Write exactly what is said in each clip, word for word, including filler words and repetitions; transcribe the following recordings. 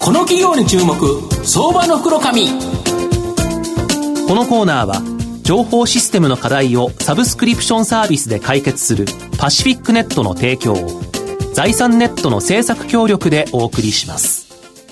この企業に注目、相場の袋紙。 このコーナーは情報システムの課題をサブスクリプションサービスで解決するパシフィックネットの提供を財産ネットの制作協力でお送りします。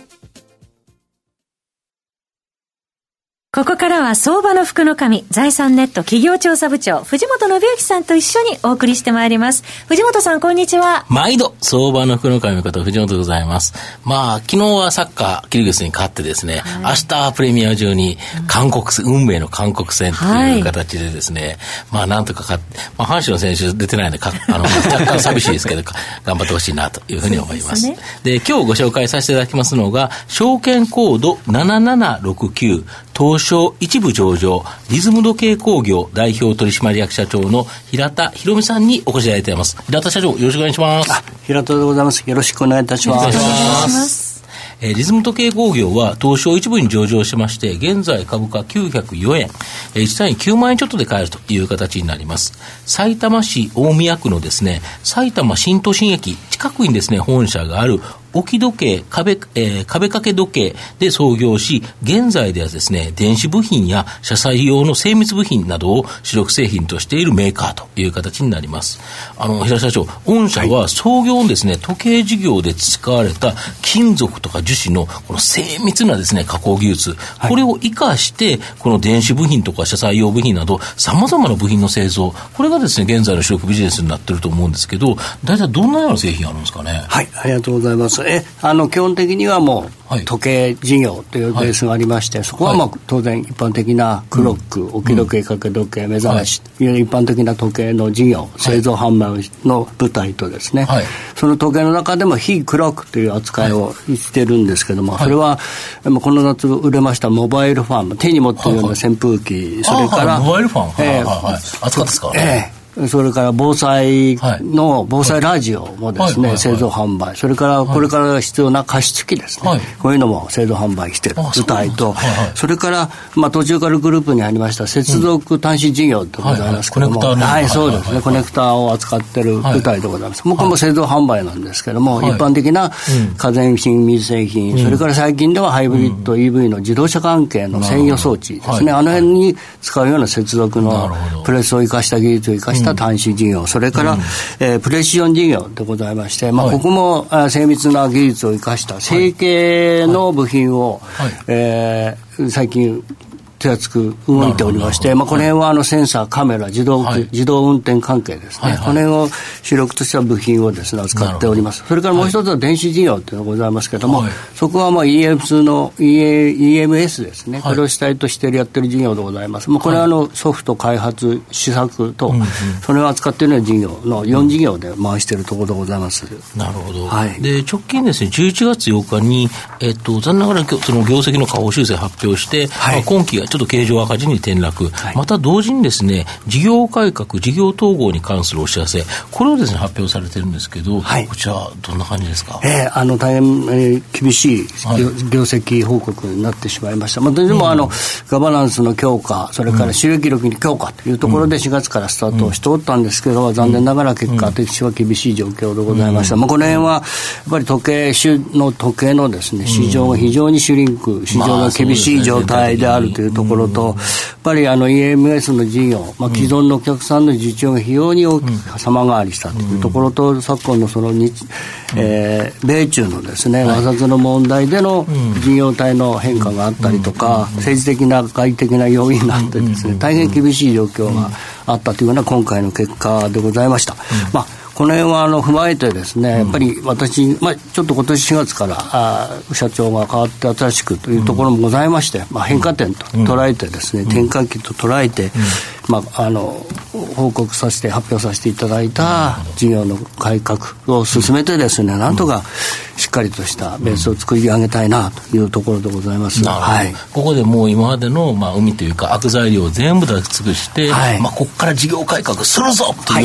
ここからは相場の福の神、財産ネット企業調査部長藤本信之さんと一緒にお送りしてまいります。藤本さん、こんにちは。 毎度相場の福の神こと藤本でございます。まあ昨日はサッカーキルギスに勝ってですね、はい、明日プレミア中に韓国戦、うん、運命の韓国戦という形でですね、はい、まあなんとか勝って、まあ、阪神の選手出てないのでかあの若干寂しいですけど頑張ってほしいなというふうに思います。で、ね、で今日ご紹介させていただきますのが証券コードななななろくきゅう東証一部上場リズム時計工業代表取締役社長の平田博美さんにお越しいただいています。平田社長、よろしくお願いします。 あ、平田でございます。よろしくお願いいたします。 よろしくお願いします。えー、リズム時計工業は東証一部に上場しまして、現在株価きゅうひゃくよえん、えー、いち単位きゅうまんえんちょっとで買えるという形になります。埼玉市大宮区のですね、埼玉新都心駅近くにですね、本社がある置き時計、壁、えー、壁掛け時計で創業し、現在ではですね、電子部品や車載用の精密部品などを主力製品としているメーカーという形になります。あの、平田社長、御社は創業のですね、時計事業で使われた金属とか樹脂のこの精密なですね、加工技術、はい、これを活かして、この電子部品とか車載用部品など、様々な部品の製造、これがですね、現在の主力ビジネスになっていると思うんですけど、大体どんなような製品あるんですかね。 はい、ありがとうございます。えあの基本的にはもう時計事業というベースがありまして、はい、そこはまあ当然一般的なクロック、うん、置き時計、掛け時計、目覚ましという一般的な時計の事業、製造販売の部隊とですね、はい、その時計の中でも非クロックという扱いをしてるんですけども、はい、それはこの夏売れましたモバイルファン、手に持っているような扇風機、それから、 はいはい、モバイルファン、えーはいはいはい、扱ったですか、 えーそれから防災の防災ラジオもですね、製造販売、それからこれから必要な加湿器ですね、はい、こういうのも製造販売している部隊と、はいはい、それからまあ途中からグループにありました接続端子事業でございますけども、 はいはい、 はい、そうですね、コネクターを扱っている部隊でございます。はい、もうこれも製造販売なんですけども、はい、一般的な家電品、水製品、うん、それから最近ではハイブリッド、うん、イーブイ の自動車関係の制御装置ですね、はい、あの辺に使うような接続のプレスを生かした技術を生かした端子事業、それから、うんえー、プレシジョン事業でございまして、まあ、ここも、はい、精密な技術を生かした成形の部品を、はいはいえー、最近手厚く動いておりまして、まあ、この辺はあのセンサー、カメラ、自動、はい、自動運転関係ですね、はいはい、この辺を主力とした部品をですね扱っております。それからもう一つは電子事業というのがございますけども、はい、そこはまあ イーエムエス の イーエムエス ですね、はい、これを主体としてやっている事業でございます。まあ、これはあのソフト開発、試作と、はい、それを扱っているような事業のよん事業で回しているところでございます。 なるほど。はい、で直近ですね、じゅういちがつようかに、えっと、残念ながらその業績の下方修正発表して、はいまあ、今期がちょっと経常赤字に転落、はい、また同時にですね、事業改革、事業統合に関するお知らせ、これをですね発表されているんですけど、はい、こちらどんな感じですか。 えー、あの大変、えー、厳しい業、はい、業績報告になってしまいました。まあ、でも、うん、あのガバナンスの強化、それから収益力に強化というところでしがつからスタートをしておったんですけど、うん、残念ながら結果的には厳しい状況でございました。うんまあ、この辺はやっぱり時計の時計のですね市場が非常にシュリンク、市場が厳しい状態であるというところと、やっぱりあの イーエムエス の事業、まあ、既存のお客さんの受注が非常に大きく様変わりしたというところと、昨今のその日、えー、米中のですね摩擦の問題での事業体の変化があったりとか、政治的な外的な要因があってですね、大変厳しい状況があったというような今回の結果でございました。まあこの辺はあの踏まえてですね、やっぱり私、まあ、ちょっと今年しがつからあ社長が変わって新しくというところもございまして、まあ、変化点と捉えてですね、転換期と捉えて、まあ、あの報告させて発表させていただいた事業の改革を進めてですね、なんとかしっかりとしたベースを作り上げたいなというところでございます。はい、 ここでもう今までの、まあ、海というか悪材料を全部出し尽くして、はいまあ、ここから事業改革するぞという、はい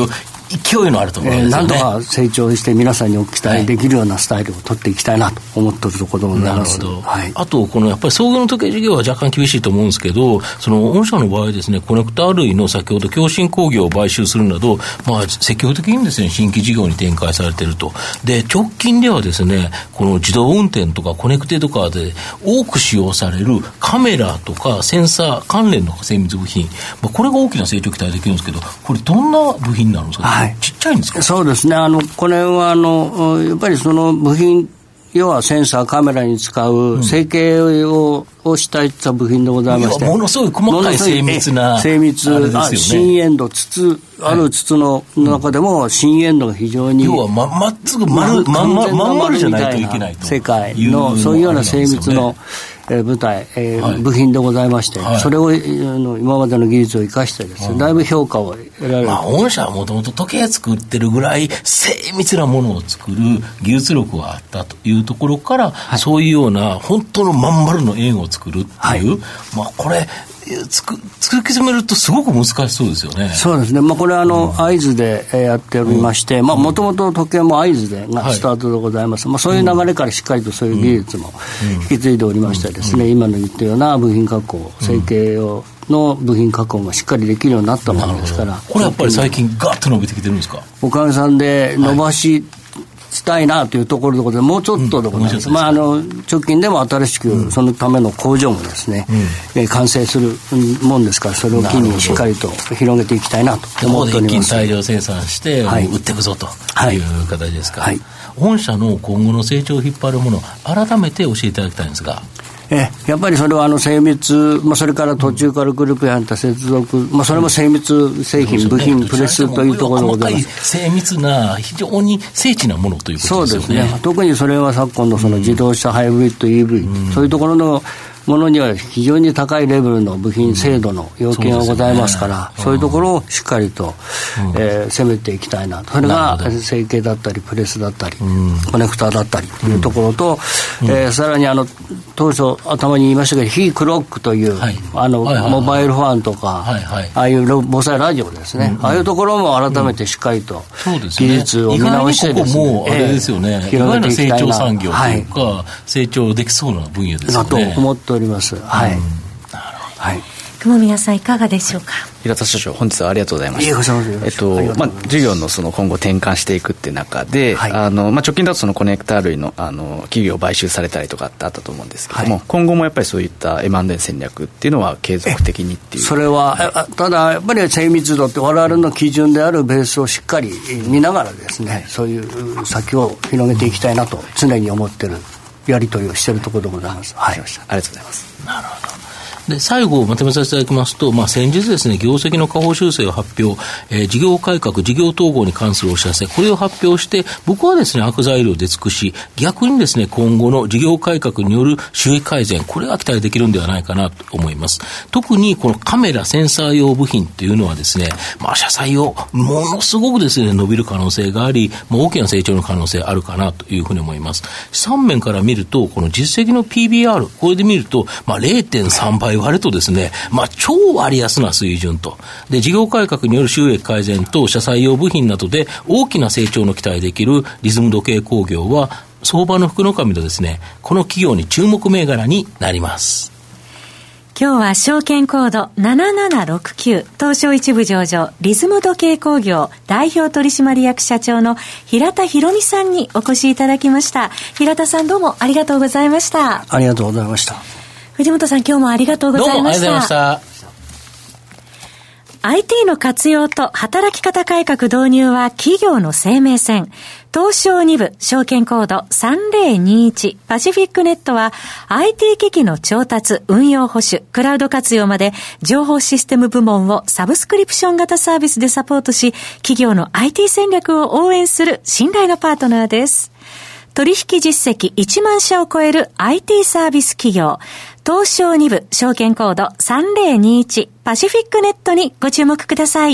勢いのあるところですよね。 えー、なんとか成長して皆さんにお期待できるようなスタイルを取っていきたいなと思っているところでございます。 なるほど。 はい、 あと、このやっぱり創業の時計事業は若干厳しいと思うんですけど、その御社の場合ですね、コネクター類の先ほど共振工業を買収するなど、まあ、積極的にですね、新規事業に展開されていると。で、直近ではですね、この自動運転とかコネクテッドカーで多く使用されるカメラとかセンサー関連の精密部品、まあ、これが大きな成長期待できるんですけど、これどんな部品になるんですか、 はい、 ちっちゃいんですか？ そうですね。あの、これはあの、やっぱりその部品、要はセンサー、カメラに使う成形を、うん、をしたいった部品でございまして、 ものすごい細かい精密な、 精密、あ、深煙度、筒、ある筒の中でも深煙度が非常に、 要はま、まっすぐ丸、まん丸、まん丸じゃないといけないと。 世界の、そういうような精密の、えー、部体、えーはい、部品でございまして、はい、それを、えー、の今までの技術を生かしてですね、だいぶ評価を得られる。 まあ、御社はもともと時計作ってるぐらい精密なものを作る技術力があったというところから、はい、そういうような本当のまん丸の円を作るっていう、はい、まあこれつく突き詰めるとすごく難しそうですよね。 そうですね。まあ、これはあの、うん、会津でやっておりまして、うん、まあ、もともと時計も会津でがスタートでございます、はい、まあ、そういう流れからしっかりとそういう技術も引き継いでおりましてですね、うんうん、今の言ったような部品加工、成形をの部品加工がしっかりできるようになったものですから。 これやっぱり最近ガッと伸びてきてるんですか？ おかげさんで伸ばし、はいしたいなというところでございます。もうちょっとでございます。うん、まあ、あの直近でも新しくそのための工場もですね、うん、えー、完成するもんですから、それを機にしっかりと広げていきたいなと思っております。 ここで一気に大量生産して、はい、売っていくぞという形ですか。はいはい、御社の今後の成長を引っ張るものを改めて教えていただきたいんですが。 えやっぱりそれはあの精密、まあ、それから途中からグループやった接続、まあ、それも精密製品、うん、部品、プレスというところでございます。 精密な非常に精緻なものということですよね。 そうですね。特にそれは昨今のその自動車ハイブリッド イーブイ、うん、そういうところのものには非常に高いレベルの部品精度の要件がございますから、うん、そういうところをしっかりと、うん、えー、攻めていきたいなと。それが成形だったりプレスだったり、うん、コネクターだったりというところと、うん、えー、さらにあの当初頭に言いましたけど、非クロックという、はい、あの、はいはいはい、モバイルファンとか、はいはい、ああいう防災ラジオですね、うんうん、ああいうところも改めてしっかりと技術を見直してですね、 意外にここもあれですよね、えー、広げていきたいな、成長産業というか、はい、成長できそうな分野ですよね。 だと思っております。はい。うん、なるほど。 はい。雲宮さんいかがでしょうか。 平田社長、本日はありがとうございました。 いえ、ございます。 えっと、まあ、事業のその今後転換していくっていう中で、はい、あの、まあ、直近だとそのコネクター類の、あの、企業を買収されたりとかってあったと思うんですけども、はい、今後もやっぱりそういった エムアンドエー 戦略っていうのは継続的にっていう。 それは、はい、ただ、やっぱり精密度って我々の基準であるベースをしっかり見ながらですね、はい、そういう先を広げていきたいなと常に思ってるやり取りをしているところでございます。 はい。ありがとうございます。 なるほど。で最後まとめさせていただきますと、まあ、先日ですね、業績の下方修正を発表、えー、事業改革、事業統合に関するお知らせ、これを発表して、僕はですね、悪材料で尽くし、逆にですね、今後の事業改革による収益改善、これが期待できるんではないかなと思います。特にこのカメラ、センサー用部品っていうのはですね、まあ、社債をものすごくですね、伸びる可能性があり、まあ、大きな成長の可能性あるかなというふうに思います。資産面から見ると、この実績の ピービーアール、これで見ると、まあ、れいてんさんばい割るとですね、まあ、超割安な水準と。で、事業改革による収益改善と社債用部品などで大きな成長の期待できるリズム時計工業は、相場の福の神のですね、この企業に注目銘柄になります。 今日は証券コードななななろくきゅう東証一部上場リズム時計工業代表取締役社長の平田博美さんにお越しいただきました。平田さん、どうもありがとうございました。 ありがとうございました。 藤本さん、今日もありがとうございました。 どうもありがとうございました。 アイティー の活用と働き方改革導入は企業の生命線。東証に部証券コードさんぜろにいちパシフィックネットは アイティー 機器の調達、運用保守、クラウド活用まで情報システム部門をサブスクリプション型サービスでサポートし、企業の アイティー 戦略を応援する信頼のパートナーです。取引実績いちまんしゃを超える アイティー サービス企業、東証に部証券コードさんぜろにいちパシフィックネットにご注目ください。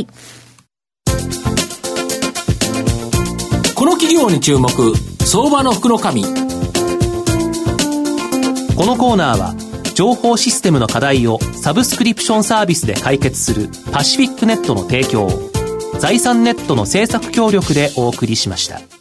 この企業に注目、相場の福の神。 このコーナーは情報システムの課題をサブスクリプションサービスで解決するパシフィックネットの提供を、 財産ネットの制作協力でお送りしました。